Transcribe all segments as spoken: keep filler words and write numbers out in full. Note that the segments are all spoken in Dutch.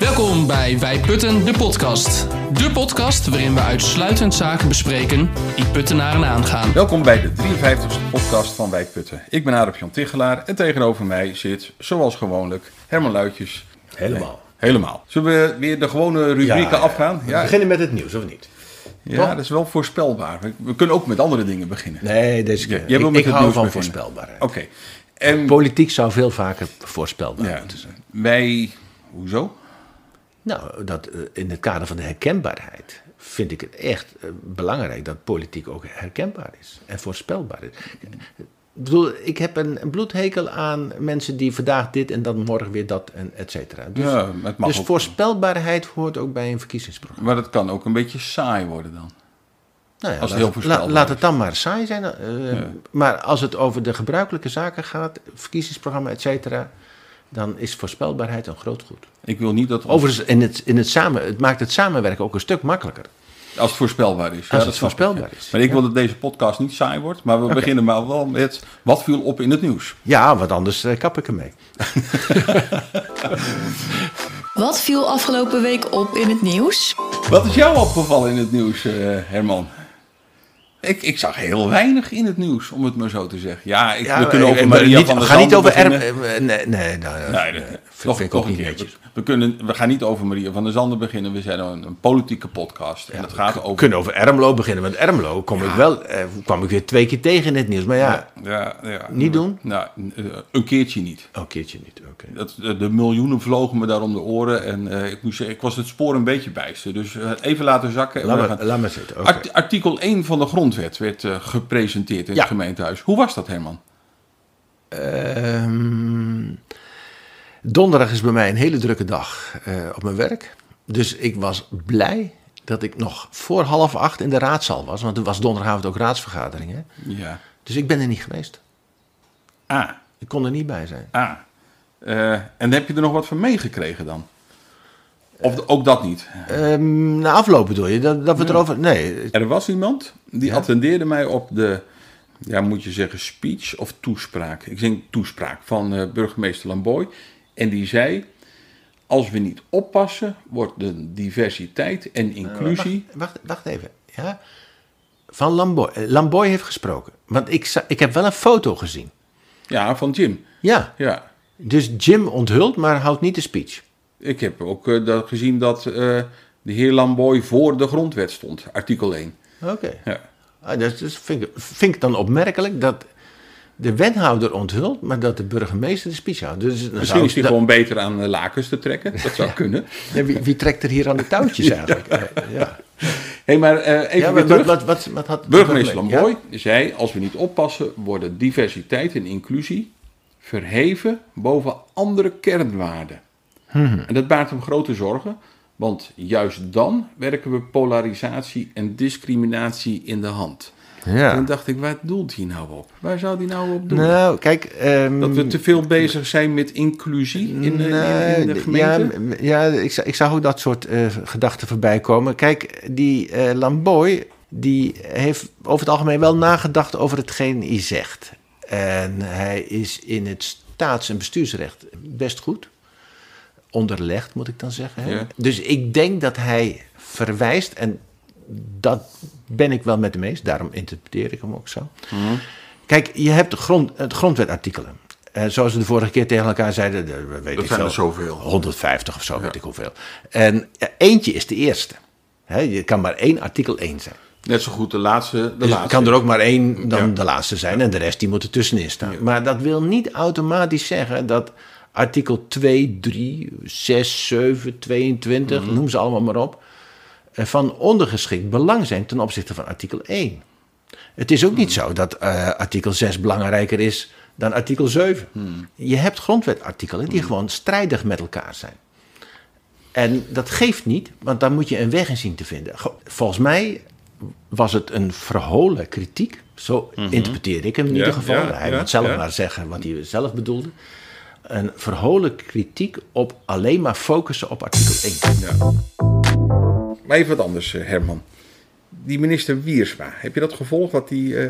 Welkom bij Wij Putten, de podcast. De podcast waarin we uitsluitend zaken bespreken die Puttenaren aangaan. Welkom bij de drieënvijftigste podcast van Wij Putten. Ik ben Arup-Jan Tichelaar en tegenover mij zit, zoals gewoonlijk, Herman Luitjes. Helemaal. Helemaal. Zullen we weer de gewone rubrieken ja, afgaan? We ja. beginnen met het nieuws, of niet? Ja, Toch? dat is wel voorspelbaar. We kunnen ook met andere dingen beginnen. Nee, deze keer. Ja, jij wil ik met ik het hou nieuws van beginnen. voorspelbaarheid. Oké. Okay. En Politiek zou veel vaker voorspelbaar ja, moeten zijn. wij... Hoezo? Nou, dat, uh, in het kader van de herkenbaarheid vind ik het echt uh, belangrijk dat politiek ook herkenbaar is en voorspelbaar is. Ik bedoel, ik heb een, een bloedhekel aan mensen die vandaag dit en dan morgen weer dat en et cetera. Dus, Ja, het mag dus ook. voorspelbaarheid hoort ook bij een verkiezingsprogramma. Maar dat kan ook een beetje saai worden dan. Nou ja, Als het laat, heel voorspelbaar la, laat is. het dan maar saai zijn. Uh, Ja. Maar als het over de gebruikelijke zaken gaat, verkiezingsprogramma, et cetera, dan is voorspelbaarheid een groot goed. Ik wil niet dat... Ons, Overigens, in het, in het, samen, het maakt het samenwerken ook een stuk makkelijker. Als het voorspelbaar is. Als Ja, het dat snap ik, voorspelbaar ja. is. Maar ik Ja. wil dat deze podcast niet saai wordt. Maar we Oké. beginnen maar wel met... Wat viel op in het nieuws? Ja, want anders uh, kap ik ermee. Wat viel afgelopen week op in het nieuws? Wat is jou opgevallen in het nieuws, uh, Herman? Ik, ik zag heel weinig in het nieuws, om het maar zo te zeggen. Ja, ik, Ja, we kunnen eh, over eh, Maria niet, van der Ga niet Zanden over... Er, beginnen. eh, nee, nee, nou, uh, Nee, dat, uh, nog, vind ik nog ook een niet keer. netjes. We, kunnen, we gaan niet over Maria van der Zanden beginnen. We zijn een, een politieke podcast. En Ja, het gaat we over... kunnen over Ermelo beginnen. Want Ermelo kom ik wel, eh, kwam ik weer twee keer tegen in het nieuws. Maar ja, ja, ja, Niet doen? Nou, uh, een keertje niet. oh, een keertje niet. Oké. Dat, de, de miljoenen vlogen me daar om de oren. En uh, ik, moest, ik was het spoor een beetje bijster. Dus uh, even laten zakken. En Laat, we maar, gaan- laat maar zitten. Oké. Art- artikel één van de grondwet werd uh, gepresenteerd in Ja. het gemeentehuis. Hoe was dat, Herman? Ehm, donderdag is bij mij een hele drukke dag eh, op mijn werk. Dus ik was blij dat ik nog voor half acht in de raadzaal was. Want er was donderdagavond ook raadsvergadering. Hè? Ja. Dus ik ben er niet geweest. Ah, Ik kon er niet bij zijn. ah. Uh, en heb je er nog wat van meegekregen dan? Of de- ook dat niet? Ehm, na afloop bedoel je? Dat, dat we het erover... Nee. Er was iemand die Ja? attendeerde mij op de, ja, moet je zeggen, speech of toespraak. Ik denk toespraak van uh, burgemeester Lamboy. En die zei, als we niet oppassen, wordt de diversiteit en inclusie... Wacht, wacht, wacht even. Ja? Van Lamboy. Eh, Lamboy heeft gesproken. Want ik, za- ik heb wel een foto gezien. Ja, van Jim. Ja. Ja. Dus Jim onthult, maar houdt niet de speech. Ik heb ook uh, dat gezien dat uh, de heer Lamboy voor de grondwet stond, artikel één. Oké. Ja. Ah, dat is- vind, ik, vind ik dan opmerkelijk dat de wethouder onthult, maar dat de burgemeester de speech houdt. Dus, dan Misschien zou is hij dat- gewoon beter aan uh, lakens te trekken. Dat zou kunnen. Ja, wie, wie trekt er hier aan de touwtjes eigenlijk? Ja. Ja. Hey, maar uh, even Ja, weer wat, terug. wat, wat, wat had Burgemeester Ja? Lamboy zei, als we niet oppassen, worden diversiteit en inclusie verheven boven andere kernwaarden. Mhm. En dat baart hem grote zorgen, want juist dan werken we polarisatie en discriminatie in de hand. En Ja. dan dacht ik, waar doelt hij nou op? Waar zou hij nou op doen? Nou, kijk... ehm, Dat we te veel bezig zijn met inclusie in de, in, in de Nee, gemeente? Ja, ja ik, zag- ik zag ook dat soort eh, gedachten voorbij komen. Kijk, die eh Lamboy, die heeft over het algemeen wel nagedacht over hetgeen hij zegt. En hij is in het staats- en bestuursrecht best goed. Onderlegd, moet ik dan zeggen. Hè? Ja. Dus ik denk dat hij verwijst, en dat ben ik wel met hem eens, daarom interpreteer ik hem ook zo. Mhm. Kijk, je hebt de grond, het grondwetartikelen. Eh, zoals we de vorige keer tegen elkaar zeiden, de- weet Dat ik zijn veel, er zoveel. honderdvijftig of zo, weet ik hoeveel. En eh, eentje is de eerste. Hè, je kan maar één artikel één zijn. Net zo goed de laatste. De Dus laatste. kan er ook maar één dan Ja. de laatste zijn en de rest die moet er tussenin staan. Ja. Maar dat wil niet automatisch zeggen dat artikel twee, drie, zes, zeven, tweeëntwintig, Mhm. noem ze allemaal maar op, eh, van ondergeschikt belang zijn ten opzichte van artikel één. Het is ook Mhm. niet zo dat eh, artikel zes belangrijker is dan artikel zeven. Mhm. Je hebt grondwetartikelen die gewoon strijdig met elkaar zijn. En dat geeft niet, want daar moet je een weg in zien te vinden. Go- Volgens mij was het een verholen kritiek. Zo interpreteer ik hem in Ja, ieder geval. ja, hij ja, moet zelf ja. maar zeggen wat hij zelf bedoelde. Een verholen kritiek op alleen maar focussen op artikel één. Ja. Maar even wat anders, eh, Herman. die minister Wiersma, heb je dat gevolgd? Wat die, uh...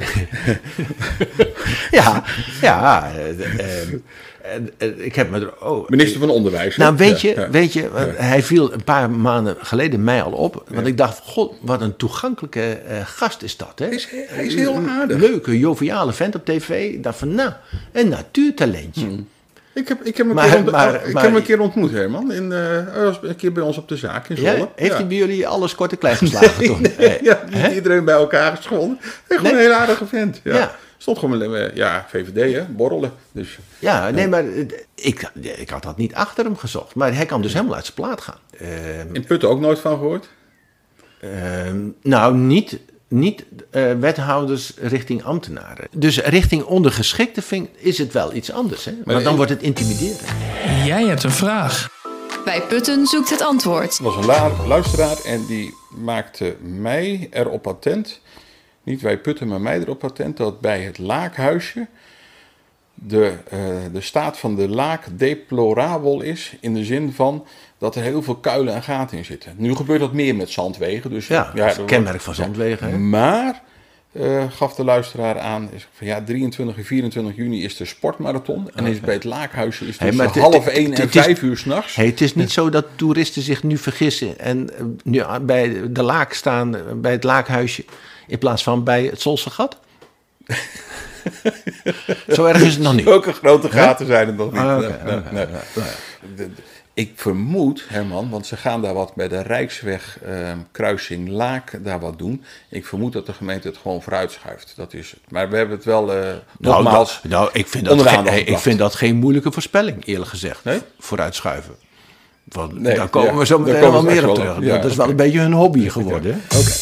ja, ja. Uh, uh, uh, ik heb me er... Oh, minister van Onderwijs. Nou, weet je, ja, ja. weet je ja. hij viel een paar maanden geleden mij al op. Want ja. ik dacht, god, wat een toegankelijke uh, gast is dat. Hè? Hij, is, hij is heel aardig. Leuke, joviale vent op tv. Ik dacht van, nou, een natuurtalentje. Hmm. Ik heb, ik heb, hem, maar, een, keer maar, ik maar, heb hem een keer ontmoet, Herman. In, uh, een keer bij ons op de zaak in Zwolle. Ja? Heeft ja. hij bij jullie alles kort en klein geslagen nee, toen? Nee, nee. Ja, niet iedereen bij elkaar gescholden. Gewoon nee? Een hele aardige vent. Ja. Ja. Stond gewoon, ja, V V D, hè, borrelen. Dus, ja, nee, ja. maar ik, ik had dat niet achter hem gezocht. Maar hij kan dus helemaal uit zijn plaat gaan. Uh, in Putten ook nooit van gehoord? Uh, nou, niet... Niet uh, wethouders richting ambtenaren. Dus richting ondergeschikte vind, is het wel iets anders. Hè? Maar dan ik... wordt het intimiderend. Jij hebt een vraag. Bij Putten zoekt het antwoord. Er was een la- luisteraar en die maakte mij erop attent... niet wij Putten, maar mij erop attent... dat bij het laakhuisje... De, uh, de staat van de laak deplorabel is... in de zin van... dat er heel veel kuilen en gaten in zitten. Nu gebeurt dat meer met zandwegen. Dus, ja, ja, dat is een kenmerk van zandwegen. Ja. Maar, uh, gaf de luisteraar aan... Is van, ja, drieëntwintig en vierentwintig juni is de sportmarathon... en is bij het laakhuisje is dus hey, half één en vijf uur s'nachts. Hey, het is niet zo dat toeristen zich nu vergissen... en uh, nu bij de laak staan, uh, bij het laakhuisje... in plaats van bij het Solse gat. Zo erg is het nog niet. Zulke grote gaten huh? zijn het nog niet. Ah, okay, okay, nee, okay, nee. ja, ja. De, de, ik vermoed, Herman, want ze gaan daar wat bij de Rijksweg uh, kruising Laak daar wat doen. Ik vermoed dat de gemeente het gewoon vooruitschuift. Dat is het. Maar we hebben het wel uh, nou, nogmaals nou, nou, ik, vind dat geen, hey, ik vind dat geen moeilijke voorspelling, eerlijk gezegd. Nee? Vooruitschuiven. Want nee, daar komen ja, we zo meteen wel meer op terug. Ja, dat is wel okay. een beetje hun hobby geworden. Ja. Okay.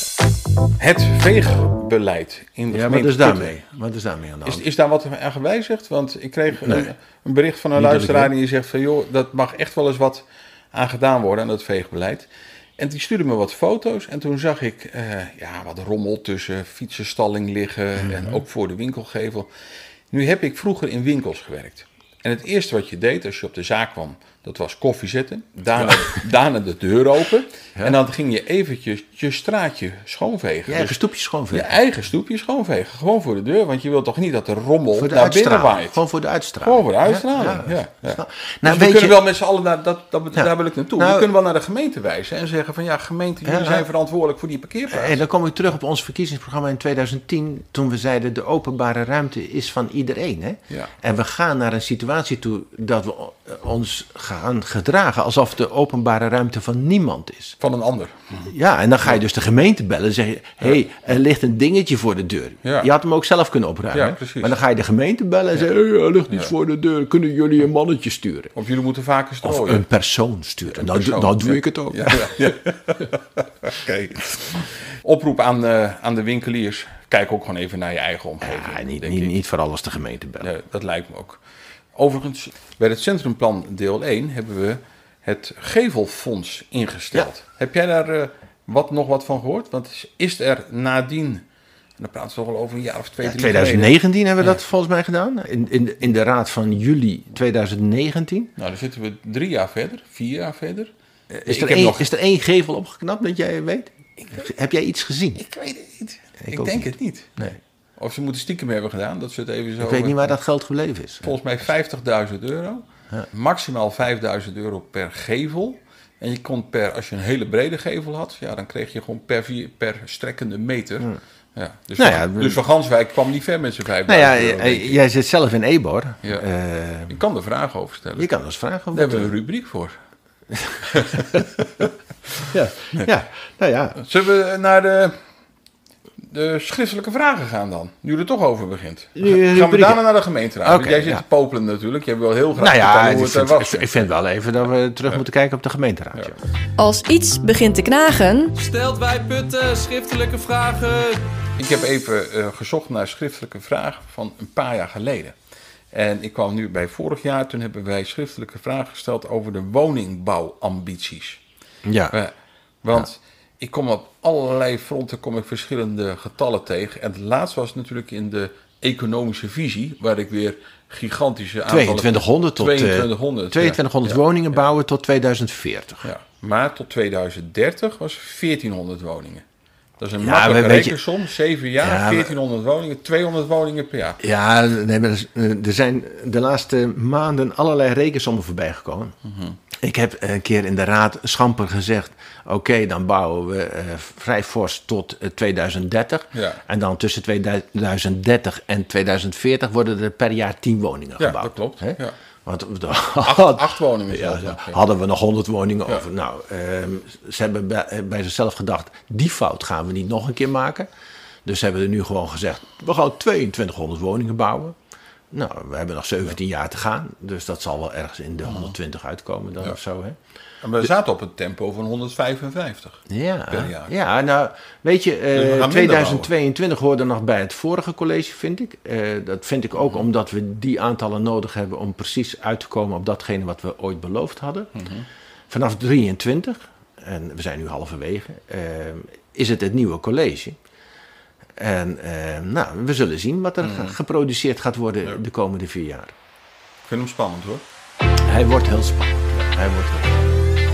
Het veegbeleid in de ja, gemeente. Wat is daarmee? Wat is daarmee aan de hand? Is, is daar wat aan gewijzigd? Want ik kreeg nee. een, een bericht van een Niet luisteraar die zegt van... joh, dat mag echt wel eens wat aan gedaan worden aan dat veegbeleid. En die stuurde me wat foto's. En toen zag ik uh, ja, wat rommel tussen fietsenstalling liggen... Mm-hmm. en ook voor de winkelgevel. Nu heb ik vroeger in winkels gewerkt. En het eerste wat je deed als je op de zaak kwam... dat was koffie zetten, daarna, ja. daarna de deur open... Ja. En dan ging je eventjes je straatje schoonvegen. Je eigen dus stoepje schoonvegen. Je eigen stoepje schoonvegen. Gewoon voor de deur, want je wilt toch niet dat de rommel de naar binnen waait. Gewoon voor de uitstraling. Gewoon voor de uitstraling, ja. ja, ja. ja. Nou, dus we weet kunnen je... wel met z'n allen, naar, dat, dat, ja. daar wil ik naartoe. Nou, we kunnen wel naar de gemeente wijzen en zeggen van... ja, gemeente, jullie ja. zijn verantwoordelijk voor die parkeerplaats. En dan kom ik terug op ons verkiezingsprogramma in tweeduizend tien... toen we zeiden, de openbare ruimte is van iedereen. Hè? Ja. En we gaan naar een situatie toe dat we ons gaan gedragen... alsof de openbare ruimte van niemand is. Van een ander. Ja, en dan ga je dus de gemeente bellen en zeg je... hé, hey, er ligt een dingetje voor de deur. Ja. Je had hem ook zelf kunnen opruimen. Ja, precies. Maar dan ga je de gemeente bellen en ja. zeggen... hey, er ligt iets ja. voor de deur, kunnen jullie een mannetje sturen? Of jullie moeten vaker strooien. Of een persoon sturen. Een nou, persoon. nou doe ja. ik het ook. Ja, ja, ja. Oké. Okay. Oproep aan, uh, aan de winkeliers. Kijk ook gewoon even naar je eigen omgeving. Ja, niet, niet, niet vooral als de gemeente bellen. Ja, dat lijkt me ook. Overigens, bij het Centrumplan deel één hebben we het Gevelfonds ingesteld. Ja. Heb jij daar uh, wat, nog wat van gehoord? Want is er nadien, en dan praten we toch al over een jaar of twee, ja, drie twintig negentien geleden. hebben we ja. dat volgens mij gedaan. In, in, in de raad van juli twintig negentien. Nou, dan zitten we drie jaar verder, vier jaar verder. Uh, is, er één, nog... is er één gevel opgeknapt dat jij weet? weet? Heb jij iets gezien? Ik weet het niet. Ik, ik denk niet. het niet. Nee. Of ze moeten stiekem hebben gedaan, dat ze het even zo... Ik weet niet waar dat geld gebleven is. Volgens mij vijftigduizend euro. Ja. Maximaal vijfduizend euro per gevel. En je kon per, als je een hele brede gevel had, ja, dan kreeg je gewoon per, vier, per strekkende meter. Ja. Ja, dus, nou ja, van, dus van Ganswijk kwam niet ver met zijn vijfduizend nou ja, euro. Jij zit zelf in Ebor. Ja. Uh, ik kan er vragen over stellen. Je kan er eens vragen over Daar hebben we een rubriek voor. ja. ja, nou ja. Zullen we naar de... de schriftelijke vragen gaan dan. Nu er toch over begint. Ga, gaan we daarna naar de gemeenteraad. Okay, jij zit ja. te popelen natuurlijk. Jij wil heel graag nou ja, hoe het vind, was. Ik vind wel even dat we terug ja. moeten kijken op de gemeenteraad. Ja. Als iets begint te knagen... Stelt wij Putten schriftelijke vragen. Ik heb even uh, gezocht naar schriftelijke vragen van een paar jaar geleden. En ik kwam nu bij vorig jaar. Toen hebben wij schriftelijke vragen gesteld over de woningbouwambities. Ja. Uh, want... Ja. Ik kom op allerlei fronten kom ik verschillende getallen tegen. En het laatste was natuurlijk in de economische visie, waar ik weer gigantische aantallen... tweeëntwintighonderd tot tweeëntwintighonderd, tweeëntwintighonderd ja. woningen ja. bouwen tot tweeduizend veertig. Ja. Maar tot tweeduizend dertig was veertienhonderd woningen. Dat Dat is een Ja, makkelijke weet je- rekensom. Zeven jaar, Ja, maar- veertienhonderd woningen, tweehonderd woningen per jaar. Ja, nee, maar er is- er zijn de laatste maanden allerlei rekensommen voorbij gekomen. Ik heb een keer in de raad schamper gezegd... oké, dan bouwen we eh, vrij fors tot eh, tweeduizend dertig. Ja. En dan tussen tweeduizend dertig en tweeduizend veertig... worden er per jaar tien woningen Ja, gebouwd. dat klopt. Hè? Ja. Want Acht, acht woningen ja, zelfs. ja, nog, ja. hadden we nog honderd woningen Ja. over. Nou, ehm, ze hebben bij, bij zichzelf gedacht... die fout gaan we niet nog een keer maken. Dus hebben we nu gewoon gezegd... we gaan tweeëntwintighonderd woningen bouwen. Nou, we hebben nog zeventien jaar te gaan. Dus dat zal wel ergens in de honderdtwintig uitkomen dan Ja. of zo. Hè? En we zaten op een tempo van honderdvijfenvijftig. Ja, Per jaar. ja, nou, weet je, we gaan eh minder tweeduizend tweeëntwintig hoorde nog bij het vorige college, vind ik. Eh, dat vind ik ook omdat we die aantallen nodig hebben om precies uit te komen op datgene wat we ooit beloofd hadden. Vanaf drieëntwintig, en we zijn nu halverwege, eh, is het het nieuwe college. En eh, nou, we zullen zien wat er ge- geproduceerd gaat worden Ja. de komende vier jaar. Ik vind hem spannend hoor. Hij wordt heel spannend. Hij wordt heel spannend.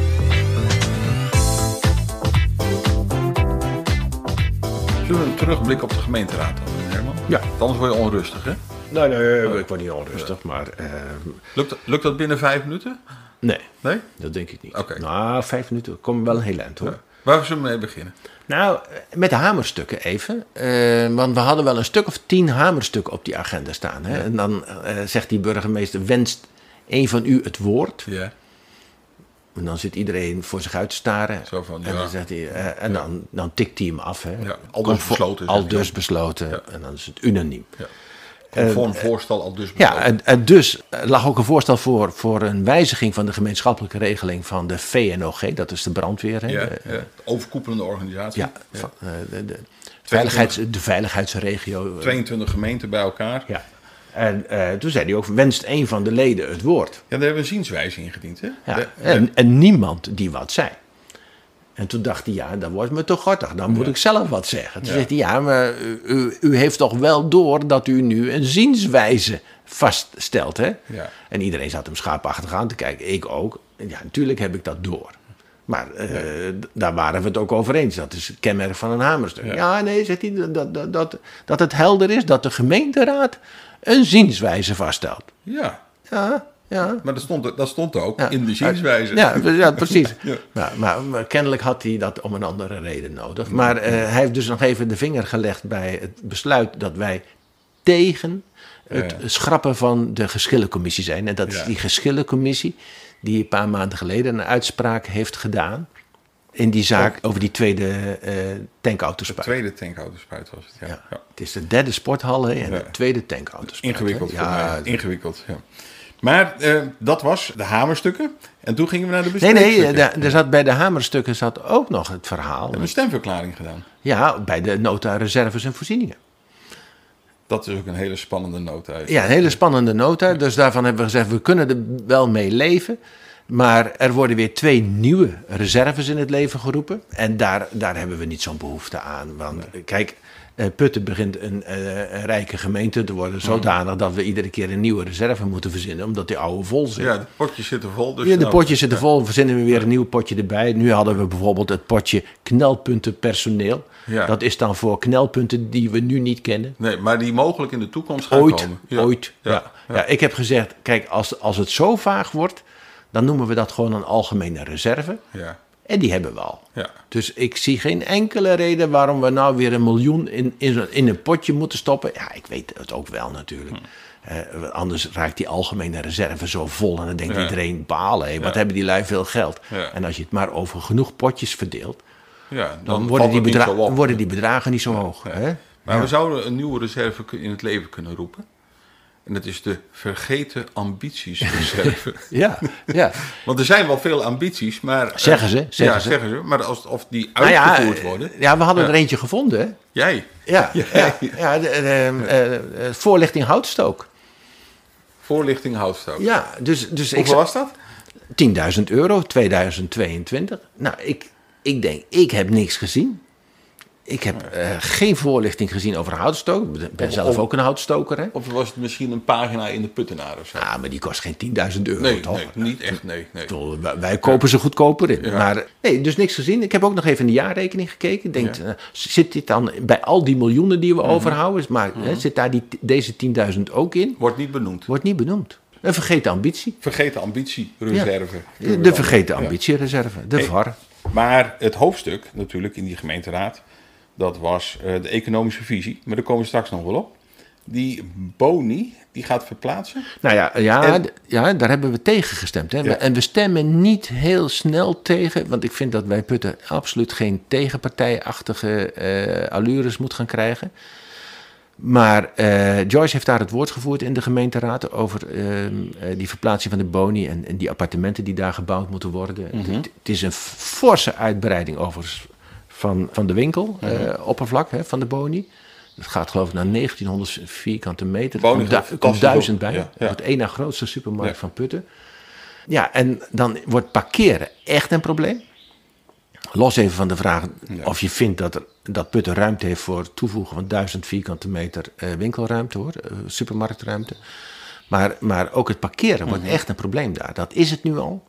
Zullen we een terugblik op de gemeenteraad dan doen, Herman? Ja. Anders word je onrustig, hè? Nee, nee, ik word niet onrustig, maar eh, Lukt, lukt dat binnen vijf minuten? nee, Nee? dat denk ik niet. Oké. Nou, vijf minuten, komen we wel een heel eind hoor. Ja. Waar zullen we mee beginnen? Nou, met de hamerstukken even. Eh, want we hadden wel een stuk of tien hamerstukken op die agenda staan. Hè? En dan eh, zegt die burgemeester, wenst een van u het woord? Ja. En dan zit iedereen voor zich uit te staren. Zo van, en ja. dan, zegt hij, eh, en dan, dan tikt hij hem af. Hè? Ja, al dus Conform- besloten, Al zegt hij dus ook. besloten. Ja. En dan is het unaniem. Ja. Conform voorstel al dus Ja, besloten. en, en dus eh, lag ook een voorstel voor, voor een wijziging van de gemeenschappelijke regeling van de V N O G. Dat is de brandweer. Hè? Ja, De- ja. Overkoepelende organisatie. Ja, van, eh, de, de, veiligheids, de veiligheidsregio. eh, tweeëntwintig gemeenten bij elkaar. Ja, Ja. En eh, toen zei hij ook, wenst een van de leden het woord. daar hebben we een zienswijze ingediend, hè? Ja. De- En, en niemand die wat zei. En toen dacht hij, ja, dat wordt me te gortig. Dan moet ik zelf wat zeggen. Toen Ja. zegt hij, ja, maar u, u, u heeft toch wel door dat u nu een zienswijze vaststelt, hè? Ja. En iedereen zat hem schaapachtig aan te kijken. Ik ook. En ja, natuurlijk heb ik dat door. Maar eh, d- daar waren we het ook over eens. Dat is het kenmerk van een hamerstuk. Ja. Ja, nee, zegt hij, dat, dat, dat, dat het helder is dat de gemeenteraad een zienswijze vaststelt. ja. Ja, ja. Maar dat stond, er- dat stond er ook Ja. in de zienswijze. Ja, ja, precies. Ja. Maar, maar, maar kennelijk had hij dat om een andere reden nodig. Maar eh, hij heeft dus nog even de vinger gelegd bij het besluit dat wij tegen het Ja. schrappen van de geschillencommissie zijn. En dat is Ja. die geschillencommissie die een paar maanden geleden een uitspraak heeft gedaan in die zaak over die tweede eh De tankautospui. tweede tankautospuit was het, ja. Ja. Ja. Het is de derde sporthal hè, en Ja. de tweede tankautospui. Ingewikkeld voor Ja, mij. Ingewikkeld, ja. Maar eh, dat was de hamerstukken. En toen gingen we naar de Nee, nee, bespreekstukken. er, er zat bij de hamerstukken zat ook nog het verhaal. We hebben een stemverklaring gedaan. Ja, bij de nota reserves en voorzieningen. Dat is ook een hele spannende nota. Ja, een hele spannende nota. Dus daarvan hebben we gezegd, we kunnen er wel mee leven. Maar er worden weer twee nieuwe reserves in het leven geroepen. En daar, daar hebben we niet zo'n behoefte aan. Want kijk, eh, Putten begint een, eh, een rijke gemeente te worden. Zodanig dat we iedere keer een nieuwe reserve moeten verzinnen. Omdat die oude vol zit. Ja, de potjes zitten vol. Dus Ja, de nou, potjes zitten vol, verzinnen we weer een nieuw potje erbij. Nu hadden we bijvoorbeeld het potje knelpunten personeel. Ja. Dat is dan voor knelpunten die we nu niet kennen. Nee, maar die mogelijk in de toekomst gaan Ooit, komen. Ja. ooit. Ja. Ja, Ja. ja. ik heb gezegd, kijk, als, als het zo vaag wordt, dan noemen we dat gewoon een algemene reserve. Ja, En die hebben we al. ja. Dus ik zie geen enkele reden waarom we nou weer een miljoen in, in, zo'n- in een potje moeten stoppen. Ja, ik weet het ook wel natuurlijk. Hm. Eh, anders raakt die algemene reserve zo vol en dan denkt Ja. iedereen, balen, hé, wat Ja. hebben die lui veel geld. Ja. En als je het maar over genoeg potjes verdeelt, ja dan, dan worden, valt die het niet bedra- zo op. worden die bedragen niet zo hoog. Ja. Hè? Maar Ja. we zouden een nieuwe reserve kun- in het leven kunnen roepen. En dat is de vergeten ambitiesreserve. Ja, ja. Want er zijn wel veel ambities, maar... eh, Zeggen ze, zeggen ja, ze. zeggen ze. Maar als, of die Nou ja, uitgevoerd eh, worden... ja, we hadden Ja. er eentje gevonden. Hè? Jij, Ja, ja, ja, de, de, eh, eh, voorlichting houtstook. voorlichting Houtstook. Ja, dus, dus ik Hoeveel was dat? tienduizend euro, tweeduizend tweeëntwintig. Nou, ik, ik denk, ik heb niks gezien. Ik heb uh, geen voorlichting gezien over houtstoken. Ik ben Of- zelf of- ook een houtstoker. Hè? Of was het misschien een pagina in de Puttenaar of zo? Ah, maar die kost geen tienduizend euro, nee, toch? nee, niet echt, nee. nee. Ik bedoel, wij, wij kopen ze goedkoper in. Ja. Maar nee, dus niks gezien. Ik heb ook nog even in de jaarrekening gekeken. Ik denk, Ja. uh, zit dit dan bij al die miljoenen die we overhouden? Maar hè, zit daar die, deze tienduizend ook in? Wordt niet benoemd. Wordt niet benoemd. Een vergeten ambitie. Vergeten ambitie, reserve. De vergeten ambitiereserve, de Hey. V A R. Maar het hoofdstuk natuurlijk in die gemeenteraad, dat was uh, de economische visie. Maar daar komen we straks nog wel op. Die Boni, die gaat verplaatsen. Nou ja, ja, En- d- ja, daar hebben we tegen gestemd. Hè? Ja. En we stemmen niet heel snel tegen, want ik vind dat wij Putten absoluut geen tegenpartijachtige eh, allures moet gaan krijgen. Maar eh, Joyce heeft daar het woord gevoerd in de gemeenteraad over eh, eh, die verplaatsing van de Boni en, en die appartementen die daar gebouwd moeten worden. Het- Het, is een forse uitbreiding overigens van, van de winkel, eh, oppervlak hè, van de Boni. Het gaat geloof ik naar negentienhonderd vierkante meter. Er Boni komt, du- gaat er komt fantastisch duizend op. bij. Ja, ja. Het wordt één na grootste supermarkt Ja. van Putten. Ja, en dan wordt parkeren echt een probleem. Los even van de vraag Ja. of je vindt dat, er, dat Putten ruimte heeft voor het toevoegen van duizend vierkante meter eh, winkelruimte, hoor, eh, supermarktruimte. Maar, maar ook het parkeren wordt echt een probleem daar. Dat is het nu al.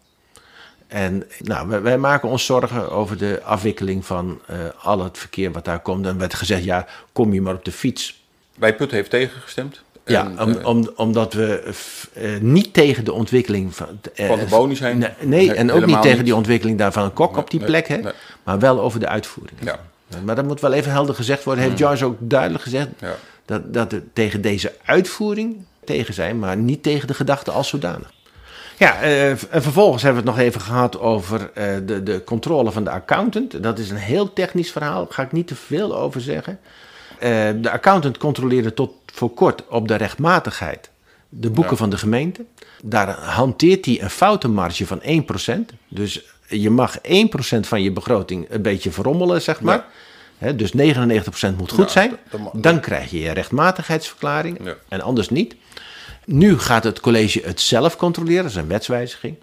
En nou, wij, wij maken ons zorgen over de afwikkeling van eh, al het verkeer wat daar komt. En werd gezegd, ja, kom je maar op de fiets. Bij Putten heeft tegengestemd. Ja, En, om, eh, om, omdat we eh, niet tegen de ontwikkeling van, eh, Van de Boni zijn? Nee, nee, Nee, en ook helemaal niet tegen niet. die ontwikkeling daar van een kok Nee, op die nee, plek, hè, nee. maar wel over de uitvoering. Ja. Maar dat moet wel even helder gezegd worden. Heeft Joyce ook duidelijk gezegd Ja. dat, dat we tegen deze uitvoering tegen zijn, maar niet tegen de gedachte als zodanig. Ja, eh, en vervolgens hebben we het nog even gehad over eh, de, de controle van de accountant. Dat is een heel technisch verhaal, daar ga ik niet te veel over zeggen. Eh, de accountant controleerde tot voor kort op de rechtmatigheid de boeken Ja. van de gemeente. Daar hanteert hij een foutenmarge van één procent. Dus je mag één procent van je begroting een beetje verrommelen, zeg maar. Ja. Hè, dus negenennegentig procent moet goed Ja, zijn. dat- dat mag- Dan krijg je je rechtmatigheidsverklaring Ja. en anders niet. Nu gaat het college het zelf controleren, dat is een wetswijziging.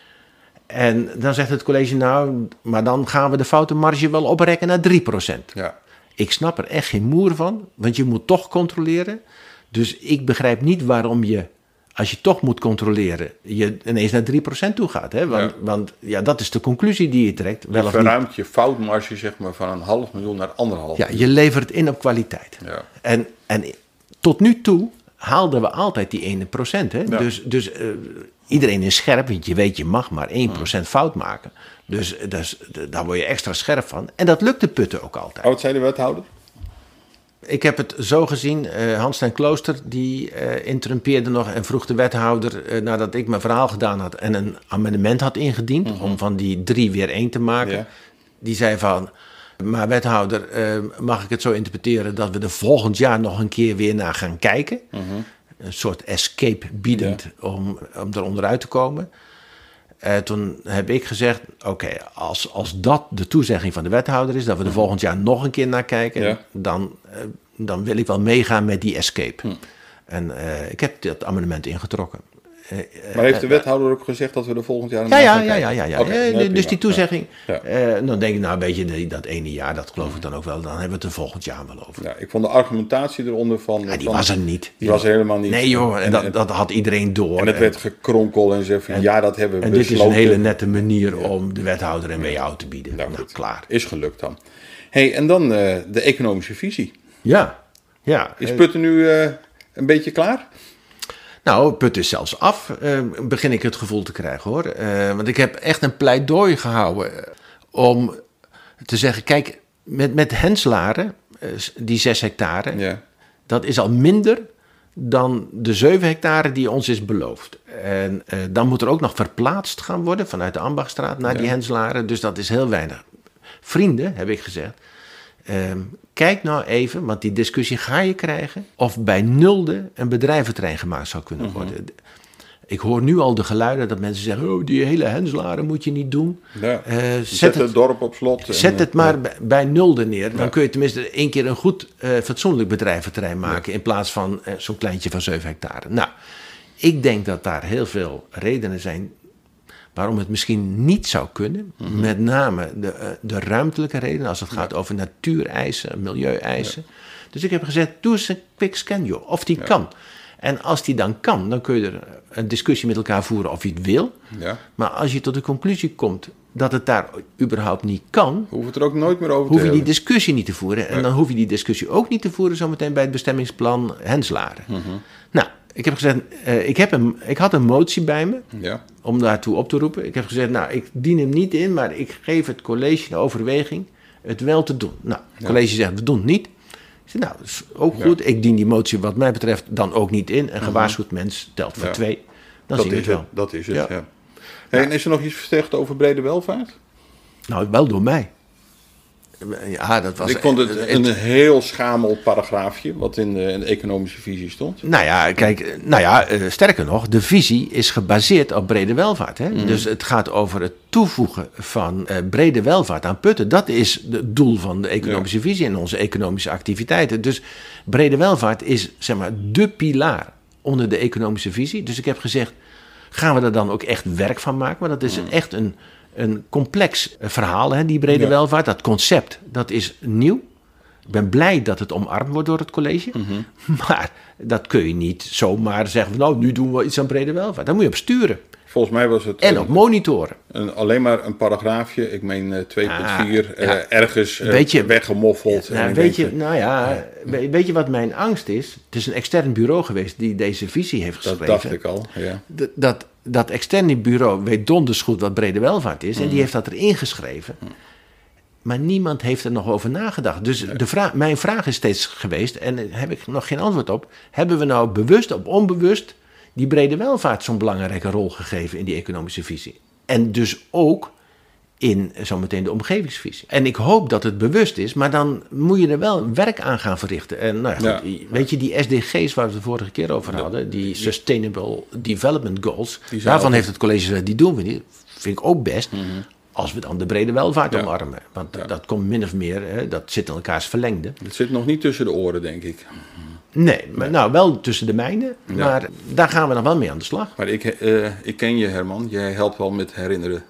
En dan zegt het college, nou, maar dan gaan we de foutenmarge wel oprekken naar drie procent. Ja. Ik snap er echt geen moer van, want je moet toch controleren. Dus ik begrijp niet waarom je, als je toch moet controleren, je ineens naar drie procent toe gaat. Hè? Want, Ja. want ja, dat is de conclusie die je trekt. Wel Je of niet. verruimt je foutmarge zeg maar, van een half miljoen naar anderhalf Ja, miljoen. je levert in op kwaliteit. Ja. En, en tot nu toe haalden we altijd die ene procent. Hè? Ja. Dus, dus eh, iedereen is scherp, want je weet je mag maar één procent fout maken. Dus, eh, dus eh, daar word je extra scherp van. En dat lukt de Putten ook altijd. Oh, wat zei de wethouder? Ik heb het zo gezien, eh Hans ten Klooster die eh interrumpeerde nog en vroeg de wethouder, eh, nadat ik mijn verhaal gedaan had en een amendement had ingediend om van die drie weer één te maken. Ja. Die zei van, maar wethouder, eh, mag ik het zo interpreteren dat we er volgend jaar nog een keer weer naar gaan kijken? Een soort escape biedend om, om er onderuit te komen. Eh, toen heb ik gezegd, oké, als, als dat de toezegging van de wethouder is, dat we er volgend jaar nog een keer naar kijken, Ja. dan, eh, dan wil ik wel meegaan met die escape. En eh, ik heb dat amendement ingetrokken. Eh, eh, Maar heeft de wethouder ook gezegd dat we er volgend jaar ja, naar ja, gaan ja, ja, kijken? ja, ja. Oké, Eh, nee, dus prima. die toezegging, Ja. eh, dan denk ik, nou, weet je, die- dat ene jaar, dat geloof ik dan ook wel, dan hebben we het er volgend jaar wel over. Ja, ik vond de argumentatie eronder van... Ja, die van- was er niet. Die was er helemaal niet. Nee joh, en, En, dat, en, dat had iedereen door. en het werd gekronkel en zei van, ja, dat hebben we En dit is besloten. een hele nette manier om de wethouder een W O te bieden. Nou, Nou, goed. klaar. Is gelukt dan. Hey, en dan eh, de economische visie. Ja, ja. Is eh, Putten nu eh, een beetje klaar? Nou, Put is zelfs af, eh, begin ik het gevoel te krijgen hoor. Eh, want ik heb echt een pleidooi gehouden eh, om te zeggen, kijk, met, met Henslaren, eh, die zes hectare, Ja. dat is al minder dan de zeven hectare die ons is beloofd. En eh, dan moet er ook nog verplaatst gaan worden vanuit de Ambachtstraat naar die Henslaren. Dus dat is heel weinig. Vrienden, heb ik gezegd, ehm, kijk nou even, want die discussie ga je krijgen, of bij Nulde een bedrijventerrein gemaakt zou kunnen worden. Ik hoor nu al de geluiden dat mensen zeggen, oh, die hele Henslaren moet je niet doen. Ja. Eh, Zet, zet het het, dorp op slot. en, zet het eh, maar bij, bij Nulde neer. Dan Ja. kun je tenminste één keer een goed, eh, fatsoenlijk bedrijventerrein maken, in plaats van eh, zo'n kleintje van zeven hectare. Nou, ik denk dat daar heel veel redenen zijn waarom het misschien niet zou kunnen. Mm-hmm. Met name de, de ruimtelijke redenen als het gaat ja. over natuureisen, milieueisen. Ja. Dus ik heb gezegd, doe eens een quick scan, joh, of die ja. kan. En als die dan kan, dan kun je er een discussie met elkaar voeren of je het wil. Ja. Maar als je tot de conclusie komt dat het daar überhaupt niet kan... Hoef het er ook nooit meer over te hoef je hebben. die discussie niet te voeren. En ja. dan hoef je die discussie ook niet te voeren zometeen bij het bestemmingsplan Henslaren. Mm-hmm. Nou, ik heb gezegd, uh, ik, heb een, ik had een motie bij me ja. om daartoe op te roepen. Ik heb gezegd, nou, ik dien hem niet in, maar ik geef het college de overweging het wel te doen. Nou, het college ja. zegt, we doen het niet. Ik zeg, nou, dat is ook goed. Ja. Ik dien die motie wat mij betreft dan ook niet in. Een gewaarschuwd mens telt voor ja. twee. Dan dat zien we het wel. Het, dat is het, ja. ja. Hey, en is er nog iets gezegd over brede welvaart? Nou, wel door mij. Ja, dat was... Ik vond het een, een heel schamel paragraafje wat in de, in de economische visie stond. Nou ja, kijk, nou ja, uh, sterker nog, de visie is gebaseerd op brede welvaart. Hè? Mm. Dus het gaat over het toevoegen van uh, brede welvaart aan putten. Dat is het doel van de economische ja. visie en onze economische activiteiten. Dus brede welvaart is, zeg maar, de pilaar onder de economische visie. Dus ik heb gezegd, gaan we er dan ook echt werk van maken? Maar dat is mm. echt een... Een complex verhaal, hè, die brede ja. welvaart. Dat concept, dat is nieuw. Ik ben blij dat het omarmd wordt door het college. Mm-hmm. Maar dat kun je niet zomaar zeggen... nou, nu doen we iets aan brede welvaart. Daar moet je op sturen. Volgens mij was het... En op monitoren. Een, alleen maar een paragraafje. Ik meen uh, twee punt vier. Ah, ja. uh, ergens uh, weet je, weggemoffeld. Ja, nou, weet, je, nou ja, ja. weet je wat mijn angst is? Het is een extern bureau geweest die deze visie heeft geschreven. Dat dacht ik al, ja. D- dat, dat externe bureau weet donders goed wat brede welvaart is. Mm. En die heeft dat erin geschreven. Mm. Maar niemand heeft er nog over nagedacht. Dus nee. de vraag, mijn vraag is steeds geweest, en daar heb ik nog geen antwoord op. Hebben we nou bewust of onbewust die brede welvaart zo'n belangrijke rol gegeven in die economische visie? En dus ook in zometeen de omgevingsvisie. En ik hoop dat het bewust is, maar dan moet je er wel werk aan gaan verrichten. En nou ja, goed, ja. weet je, die S D G's waar we het de vorige keer over hadden, die Sustainable Development Goals, daarvan altijd... heeft het college gezegd, die doen we niet. Vind ik ook best. Mm-hmm. Als we dan de brede welvaart ja. omarmen. Want ja. dat komt min of meer, hè, dat zit in elkaars verlengde. Dat zit nog niet tussen de oren, denk ik. Nee, maar nee. nou wel tussen de mijnen. Ja. Maar daar gaan we nog wel mee aan de slag. Maar ik, uh, ik ken je, Herman. Jij helpt wel met herinneren.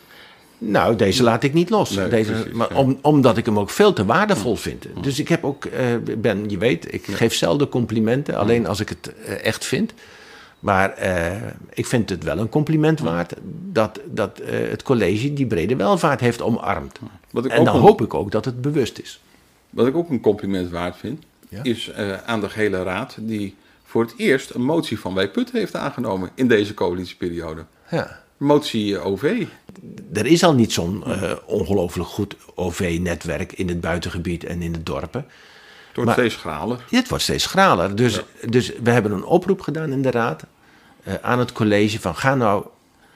Nou, deze laat ik niet los. Nee, deze, precies, maar ja. om, omdat ik hem ook veel te waardevol vind. Dus ik heb ook, uh, ben, je weet, ik ja. geef zelden complimenten. Alleen als ik het uh, echt vind. Maar uh, ik vind het wel een compliment waard dat, dat uh, het college die brede welvaart heeft omarmd. Wat ik en ook dan een, hoop ik ook dat het bewust is. Wat ik ook een compliment waard vind, ja? is uh, aan de gehele raad die voor het eerst een motie van Wij Putten heeft aangenomen in deze coalitieperiode. Ja. Motie O V. Er is al niet zo'n uh, ongelooflijk goed O V-netwerk in het buitengebied en in de dorpen. Het wordt maar, steeds schraler. Het wordt steeds schraler. Dus, ja. dus we hebben een oproep gedaan in de raad uh, aan het college van ga nou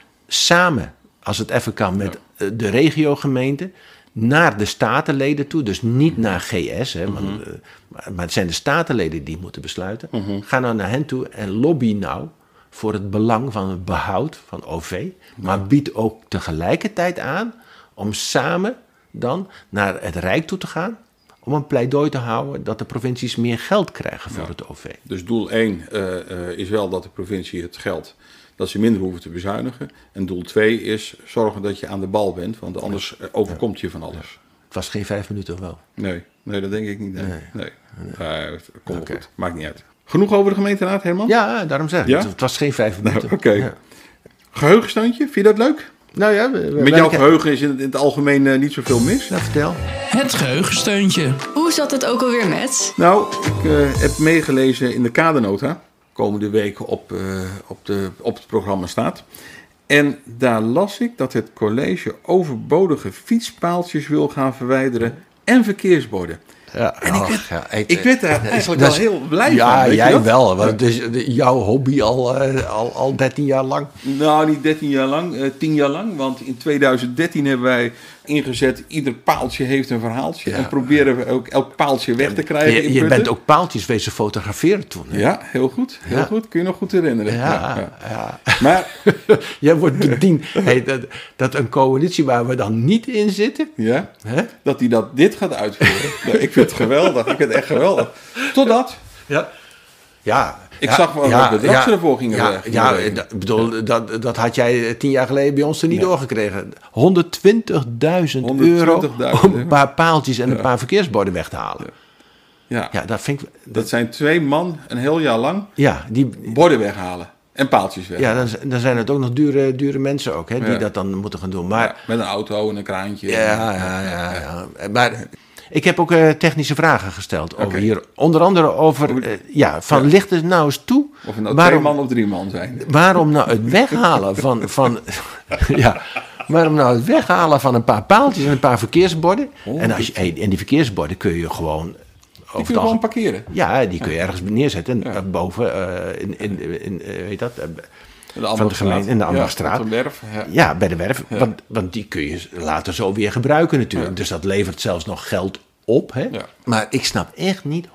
samen, als het even kan, met ja. uh, de regiogemeente naar de statenleden toe. Dus niet naar G S, hè, mm-hmm. want, uh, maar, maar het zijn de statenleden die moeten besluiten. Mm-hmm. Ga nou naar hen toe en lobby nou voor het belang van het behoud van O V. Maar bied ook tegelijkertijd aan om samen dan naar het Rijk toe te gaan, om een pleidooi te houden dat de provincies meer geld krijgen voor ja. het O V. Dus doel één uh, uh, is wel dat de provincie het geld, dat ze minder hoeven te bezuinigen. En doel twee is zorgen dat je aan de bal bent, want anders ja. overkomt je van alles. Ja. Het was geen vijf minuten of wel? Nee, nee dat denk ik niet. Nee, nee. nee. nee. Uh, het komt okay. goed, maakt niet uit. Genoeg over de gemeenteraad, Herman? Ja, daarom zeg ik. Ja? Het was geen vijf minuten. Nou, Oké. Okay. Ja. Geheugenstandje, vind je dat leuk? Nou ja, we, we met jouw geheugen is in het, in het algemeen uh, niet zoveel mis. Nou, vertel. Het geheugensteuntje. Hoe zat het ook alweer met? Nou, ik uh, heb meegelezen in de kadernota. Komende week op, uh, op, de, op het programma staat. En daar las ik dat het college overbodige fietspaaltjes wil gaan verwijderen en verkeersborden. Ja, en ik werd, och, ja, ik, ik werd daar eigenlijk wel heel blij ja, van. Ja, jij wel. Want het is jouw hobby al, uh, al, al dertien jaar lang. Nou, niet dertien jaar lang, uh, tien jaar lang. Want in twintig dertien hebben wij ingezet, ieder paaltje heeft een verhaaltje. Ja. En proberen we ook elk paaltje weg te krijgen. Je, in je bent ook paaltjes wezen fotograferen toen. Hè? Ja, heel goed. Heel ja. goed. Kun je nog goed herinneren. Ja, ja. ja. Maar jij wordt bediend. Hey, dat, dat een coalitie waar we dan niet in zitten. Ja, hè? Dat die dat dit gaat uitvoeren. Nou, ik vind het geweldig. Ik vind het echt geweldig. Totdat. Ja. Ja, Ik Ja, zag wel ja, wat bedrag ja, ze ervoor gingen ja, weg. ja, ik bedoel, dat, dat had jij tien jaar geleden bij ons er niet Nee. doorgekregen. honderdtwintigduizend euro honderdtwintigduizend om een paar paaltjes en een paar verkeersborden weg te halen. Ja. Ja, dat vind ik... Dat zijn twee man een heel jaar lang Ja, die, borden weghalen en paaltjes weg. ja dan, dan zijn het ook nog dure, dure mensen ook, hè, die Ja. dat dan moeten gaan doen. Maar Ja, met een auto en een kraantje. ja, ja, ja, ja. Maar ik heb ook uh, technische vragen gesteld over Oké. hier. Onder andere over, uh, ja, van Ja. licht het nou eens toe. Of het nou waarom, twee man of drie man zijn. waarom nou het weghalen van, van ja, waarom nou het weghalen van een paar paaltjes en een paar verkeersborden? Oh, en, als je, hey, en die verkeersborden kun je gewoon... Die Over kun je gewoon parkeren. Ja, die kun je ergens neerzetten. Ja. uh, Boven, uh, in, in, in, uh, weet dat, uh, De van de gemeente in de Ambachtstraat. Ja, op de werf. Ja. Ja, bij de werf. Ja. Want, want die kun je later zo weer gebruiken natuurlijk. Ja. Dus dat levert zelfs nog geld op. Hè? Ja. Maar ik snap echt niet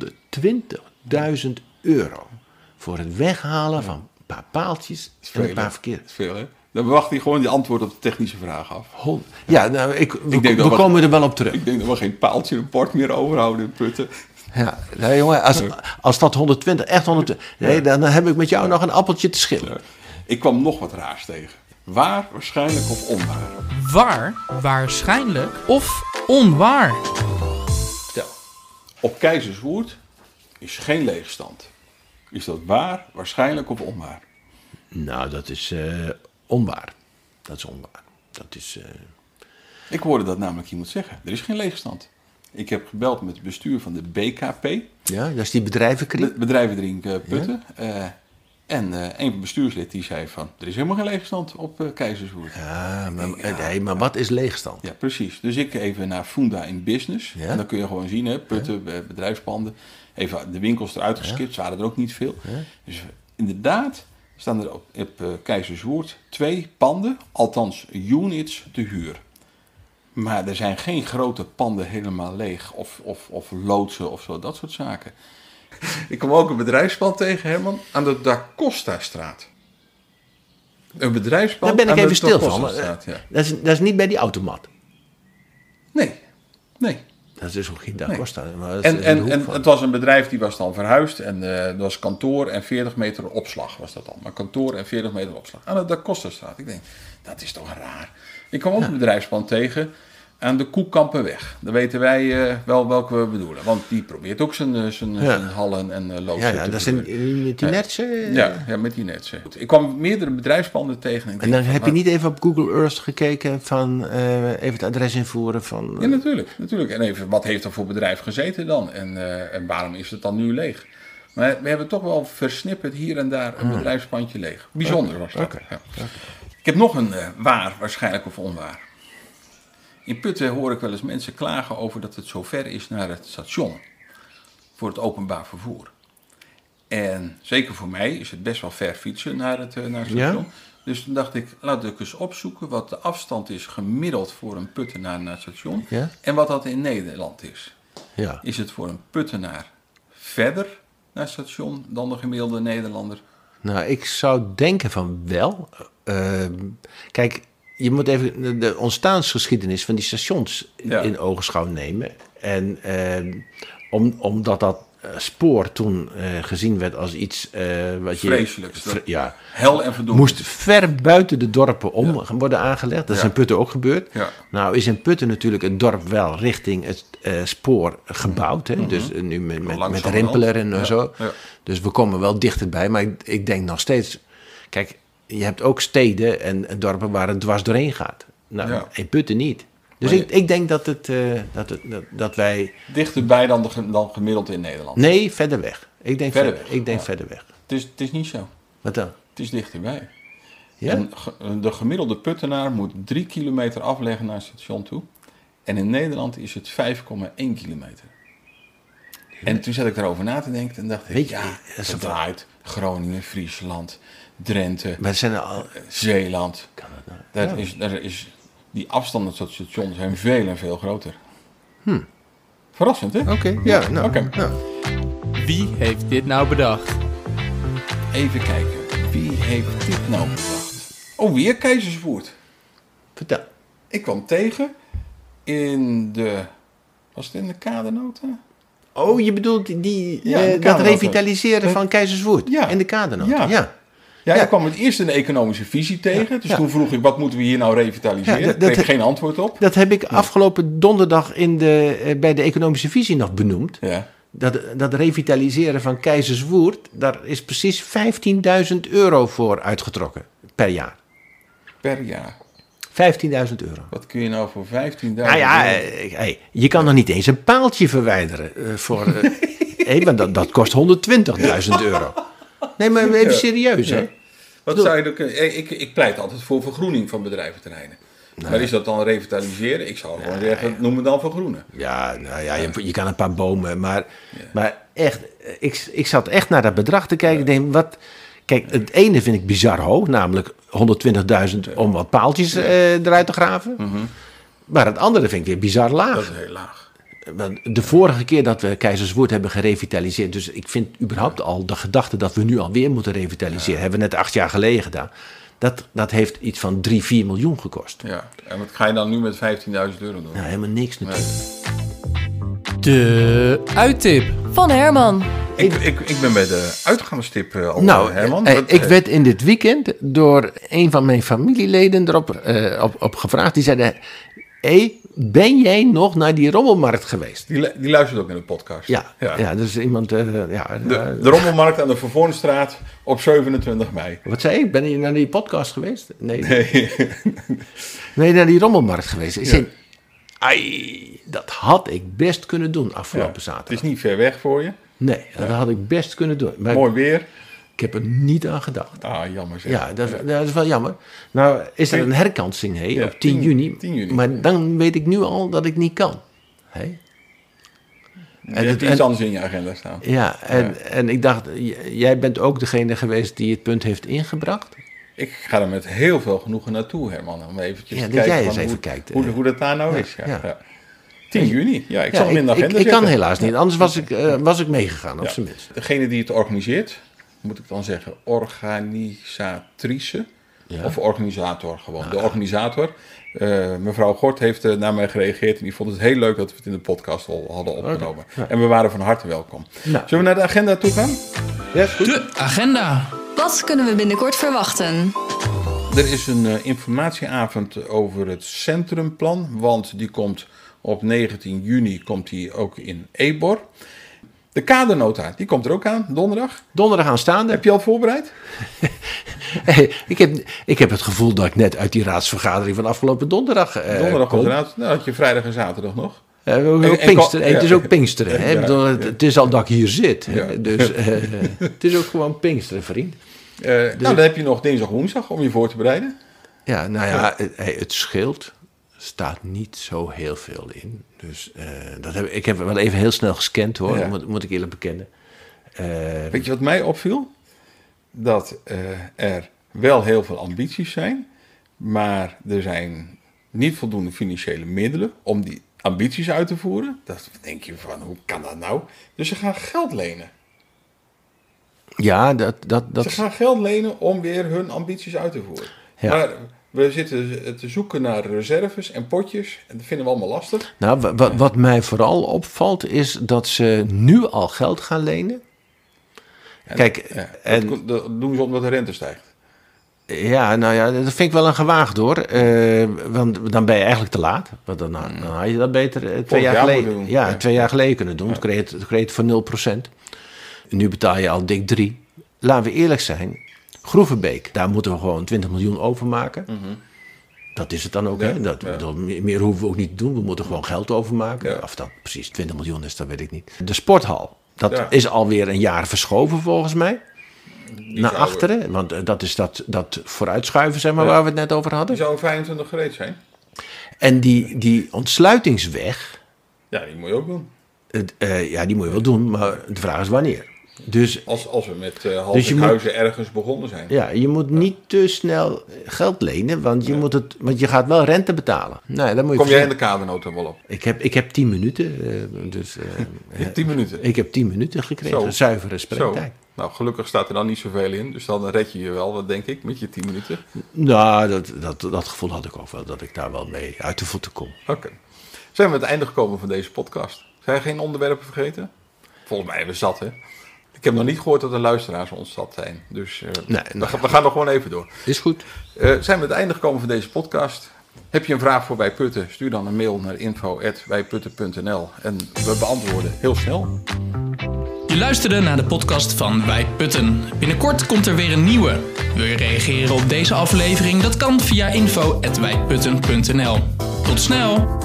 honderdtwintigduizend euro voor het weghalen van een paar paaltjes en een paar verkeer. Dat is veel, hè? Dan wacht hij gewoon die antwoord op de technische vraag af. Hond- Ja, nou, ik, we, Ik denk dat we we- komen er wel op terug. Ik denk dat we geen paaltje en bord meer overhouden in Putten. Ja, nou, jongen, als, als dat honderdtwintig, echt honderdtwintig... Nee, dan, dan heb ik met jou nog een appeltje te schillen. Ja. Ik kwam nog wat raars tegen. Waar, waarschijnlijk of onwaar? Waar, waarschijnlijk of onwaar? Vertel. Op Keizerswoerd is geen leegstand. Is dat waar, waarschijnlijk of onwaar? Nou, dat is uh, onwaar. Dat is onwaar. Dat is... Uh... Ik hoorde dat namelijk iemand zeggen. Er is geen leegstand. Ik heb gebeld met het bestuur van de B K P. Ja, dat is die bedrijvenkring. Be- Bedrijvendrink uh, Putten. Ja. Uh, en uh, een bestuurslid die zei van... Er is helemaal geen leegstand op uh, Keizerswoerd. Ja, maar, ja. Nee, maar wat is leegstand? Ja, precies. Dus ik even naar Funda in Business. Ja? En dan kun je gewoon zien, hè, Putten, ja. bedrijfspanden. Even de winkels eruit geskipt. Ja. Ze waren er ook niet veel. Ja. Dus inderdaad staan er op, op uh, Keizerswoerd twee panden. Althans, units te huur. Maar er zijn geen grote panden helemaal leeg. Of, of, of loodsen of zo. Dat soort zaken. Ik kwam ook een bedrijfspand tegen, Herman. Aan de Da Costa-straat. Een bedrijfspand Daar ben ik aan even de stil Da van. Costa-straat, ja. Dat is, dat is niet bij die automat. Nee, nee. Dat is dus ook geen Da Nee. Costa. Maar dat En, is en, een en van. het was een bedrijf die was dan verhuisd. En uh, dat was kantoor en veertig meter opslag was dat dan. Maar kantoor en veertig meter opslag. Aan de Da Costa-straat. Ik denk, dat is toch raar. Ik kwam ook ja. een bedrijfspand tegen aan de Koekampenweg. Dan weten wij uh, wel welke we bedoelen. Want die probeert ook zijn, zijn, ja. zijn hallen en uh, loodsen ja, ja, te dat zijn met die netsen. Ja, ja, met die netsen. Ik kwam meerdere bedrijfspanden tegen. En, en dan denk, heb van, je niet even op Google Earth gekeken van uh, even het adres invoeren van... Uh... Ja, natuurlijk, natuurlijk. En even, wat heeft er voor bedrijf gezeten dan? En, uh, en waarom is het dan nu leeg? Maar we hebben toch wel versnipperd hier en daar een hmm. bedrijfspandje leeg. Bijzonder okay. was dat. Okay. Ja. Okay. Ik heb nog een uh, waar, waarschijnlijk of onwaar. In Putten hoor ik wel eens mensen klagen over dat het zo ver is naar het station. Voor het openbaar vervoer. En zeker voor mij is het best wel ver fietsen naar het, uh, naar het station. Ja? Dus toen dacht ik, laat ik eens opzoeken wat de afstand is gemiddeld voor een Puttenaar naar het station. Ja? En wat dat in Nederland is. Ja. Is het voor een Puttenaar verder naar het station dan de gemiddelde Nederlander? Nou, ik zou denken van wel. Uh, kijk... Je moet even de ontstaansgeschiedenis van die stations ja. in ogenschouw nemen. En eh, om, omdat dat spoor toen uh, gezien werd als iets uh, wat vreselijks. je... Vre- ja, hel en verdoemenis. Moest ver buiten de dorpen om ja. worden aangelegd. Dat is ja. in Putten ook gebeurd. Ja. Nou is in Putten natuurlijk het dorp wel richting het uh, spoor gebouwd. Hè? Mm-hmm. Dus uh, nu met, met, met Rimpeler en ja. zo. Ja. Dus we komen wel dichterbij. Maar ik, ik denk nog steeds... Kijk... Je hebt ook steden en dorpen waar het dwars doorheen gaat. Nou, ja. in Putten niet. Dus ik, ik denk dat, het, uh, dat, het, dat, dat wij... Dichterbij dan, de, dan gemiddeld in Nederland? Nee, verder weg. Ik denk verder ver, weg? Ik denk ja. verder weg. Het is, het is niet zo. Wat dan? Het is dichterbij. Ja? En de gemiddelde Puttenaar moet drie kilometer afleggen naar het station toe. En in Nederland is het vijf komma één kilometer. Ja. En toen zat ik erover na te denken en dacht ik... Weet je, ja, het draait Groningen, Friesland... Drenthe, maar zijn er al... Zeeland. Kan het nou? Daar ja. is, daar is, die afstanden tot het station zijn veel en veel groter. Hm. Verrassend, hè? Oké, okay, ja. Nou, okay. nou. Wie heeft dit nou bedacht? Even kijken. Wie heeft dit nou bedacht? Oh, weer Keizerswoerd. Vertel. Ik kwam tegen in de... Was het in de kadernota? Oh, je bedoelt die, Ja, eh, de dat Kadernoten. revitaliseren van Keizerswoerd Ja. en de Kadernoten. Ja. Ja. Ja, Ja. ik kwam het eerst in de economische visie tegen. Dus Ja. toen vroeg ik, wat moeten we hier nou revitaliseren? Ja, dat- Ik kreeg dat- geen antwoord op. Dat heb ik afgelopen donderdag in de, eh, bij de economische visie nog benoemd. Ja. Dat, dat revitaliseren van Keizerswoerd, daar is precies vijftienduizend euro voor uitgetrokken per jaar. Per jaar. vijftienduizend euro. Wat kun je nou voor vijftienduizend Nou ja, euro? eh, hey, je kan nog niet eens een paaltje verwijderen. eh, voor, eh, hey, want dat, dat kost honderdtwintigduizend euro. Nee, maar even Ja. serieus, hè? Ja. Wat zou je dan kunnen- eh, ik, ik pleit altijd voor vergroening van bedrijventerreinen. Maar is dat dan revitaliseren? Ik zou gewoon zeggen, noem het dan vergroenen. Ja, nou ja, je, je kan een paar bomen, maar, maar echt, ik, ik zat echt naar dat bedrag te kijken. Ik denk, wat, kijk, het ene vind ik bizar hoog, namelijk honderdtwintigduizend om wat paaltjes eh, eruit te graven. Maar het andere vind ik weer bizar laag. Dat is heel laag. Want de vorige keer dat we Keizerswoerd hebben gerevitaliseerd, dus ik vind überhaupt al de gedachte dat we nu alweer moeten revitaliseren, hebben we net acht jaar geleden gedaan. Dat, dat heeft iets van drie, vier miljoen gekost. Ja. En wat ga je dan nu met vijftienduizend euro doen? Nou, helemaal niks natuurlijk. De uittip. Van Herman. Ik, ik, ik ben bij de uitgaanstip uh, al, Nou, Herman. eh, Wat, ik eh, werd in dit weekend door een van mijn familieleden erop eh, op, op gevraagd. Die zeiden, hé, ben jij nog naar die rommelmarkt geweest? Die, lu- die luistert ook naar de podcast. Ja, ja. ja dus iemand... eh, ja, De, eh, de Rommelmarkt aan de Vervoornstraat op zevenentwintig mei. wat zei ik? Ben je naar die podcast geweest? Nee. Nee, nee naar die rommelmarkt geweest. Ik zei, ai, dat had ik best kunnen doen afgelopen Het zaterdag. is niet ver weg voor je. Nee, dat had ik best kunnen doen. Maar Mooi weer. ik heb er niet aan gedacht. Ah, jammer zeg. Ja, dat is, dat is wel jammer. Nou, is er een herkansing hè, Ja, op tien tien juni. tien juni. Maar dan weet ik nu al dat ik niet kan. Hè? Je hebt iets en- anders in je agenda staan. Ja, en, en ik dacht, j- jij bent ook degene geweest die het punt heeft ingebracht. Ik ga er met heel veel genoegen naartoe, Herman. Om eventjes Ja, te dat kijken jij van eens hoe, even kijkt, hoe, eh. hoe dat daar nou is. Ja, ja. ja. tien juni. Ja, ik Ja, zal hem in de ik, agenda ik, ik kan zetten. helaas niet, anders was ik, eh, was ik meegegaan, op Ja. zijn minst. Degene die het organiseert, moet ik dan zeggen, organisatrice. Ja. Of organisator gewoon. De organisator. Eh, mevrouw Gort heeft eh, naar mij gereageerd en die vond het heel leuk dat we het in de podcast al hadden opgenomen. Ja. En we waren van harte welkom. Nou. Zullen we naar de agenda toe gaan? Ja, is goed. De agenda. Wat kunnen we binnenkort verwachten? Er is een eh, informatieavond over het centrumplan, want die komt op negentien juni komt die ook in Ebor. De kadernota, die komt er ook aan, donderdag. Donderdag aanstaande. Heb je al voorbereid? Hey, ik, heb, ik heb het gevoel dat ik net uit die raadsvergadering van afgelopen donderdag eh donderdag kom. inderdaad. Nou, had je vrijdag en zaterdag nog. Eh, ook En- en Pinksteren. kan- Hey, het is ja. ook Pinksteren. Hè? Ja, Ik bedoel, het, het is al dat ik hier zit. hè. Ja. Dus eh, het is ook gewoon Pinksteren, vriend. Eh, Nou, dan heb je nog dinsdag, woensdag om je voor te bereiden. Ja, nou ja, het, hey, het scheelt. Er staat niet zo heel veel in. Dus eh, dat heb, ik heb wel even heel snel gescand hoor, Ja. moet, moet ik eerlijk bekennen. Eh, Weet je wat mij opviel? Dat eh, er wel heel veel ambities zijn, maar er zijn niet voldoende financiële middelen om die ambities uit te voeren. Dat denk je van, hoe kan dat nou? Dus ze gaan geld lenen. ja, dat... dat, Ze dat gaan geld lenen om weer hun ambities uit te voeren. Ja. Maar we zitten te zoeken naar reserves en potjes. En dat vinden we allemaal lastig. nou, wa- wa- wat mij vooral opvalt is dat ze nu al geld gaan lenen. En, Kijk, ja, en- dat, dat doen ze omdat de rente stijgt. Ja, nou ja, dat vind ik wel een gewaagd hoor. Eh, want dan ben je eigenlijk te laat. Want dan, dan had je dat beter eh, twee Vorig jaar jaar geleden, moeten doen. ja, Ja. twee jaar geleden kunnen doen. Toen kreeg je het, toen kreeg je het voor nul procent. Nu betaal je al dik drie. Laten we eerlijk zijn. Groevenbeek, daar moeten we gewoon twintig miljoen overmaken. Dat is het dan ook. Ja, Hè? Dat, ja. dat- meer hoeven we ook niet te doen. We moeten gewoon geld overmaken. Ja. Of dat precies twintig miljoen is, dat weet ik niet. De sporthal, dat Ja. is alweer een jaar verschoven volgens mij. Die Naar zou- achteren. Want eh, dat is dat, dat vooruitschuiven, zeg maar, Ja. waar we het net over hadden. Die zou vijfentwintig gereed zijn. En die, die ontsluitingsweg, Ja, die moet je ook doen. het, eh, ja, die moet je wel doen, maar de vraag is wanneer. Dus Als, als we met uh, Dus je moet- huizen ergens begonnen zijn. ja, je moet niet te snel geld lenen, want je, moet het, want je gaat wel rente betalen. Nou, dan moet je Kom jij in verzinnen. de kadernota wel op? ik, heb, ik heb tien minuten, eh, dus eh, Je hebt tien minuten. ik heb tien minuten gekregen, Zo. zuivere Zo. spreektijd. Nou, gelukkig staat er dan niet zoveel in. Dus dan red je je wel, wat denk ik, met je tien minuten. Nou, dat, dat, dat gevoel had ik ook wel, dat ik daar wel mee uit de voeten kom. Oké. Zijn we aan het einde gekomen van deze podcast? Zijn er geen onderwerpen vergeten? volgens mij hebben we zat, hè? Ik heb nog niet gehoord dat de luisteraars ons zat zijn. Dus uh, Nee, we, nou, we gaan nog gewoon even door. Is goed. Uh, zijn we aan het einde gekomen van deze podcast. Heb je een vraag voor Wij Putten? Stuur dan een mail naar info at wijputten punt n l en we beantwoorden heel snel. Je luisterde naar de podcast van Wij Putten. Binnenkort komt er weer een nieuwe. Wil je reageren op deze aflevering? Dat kan via info at wijputten punt n l. Tot snel!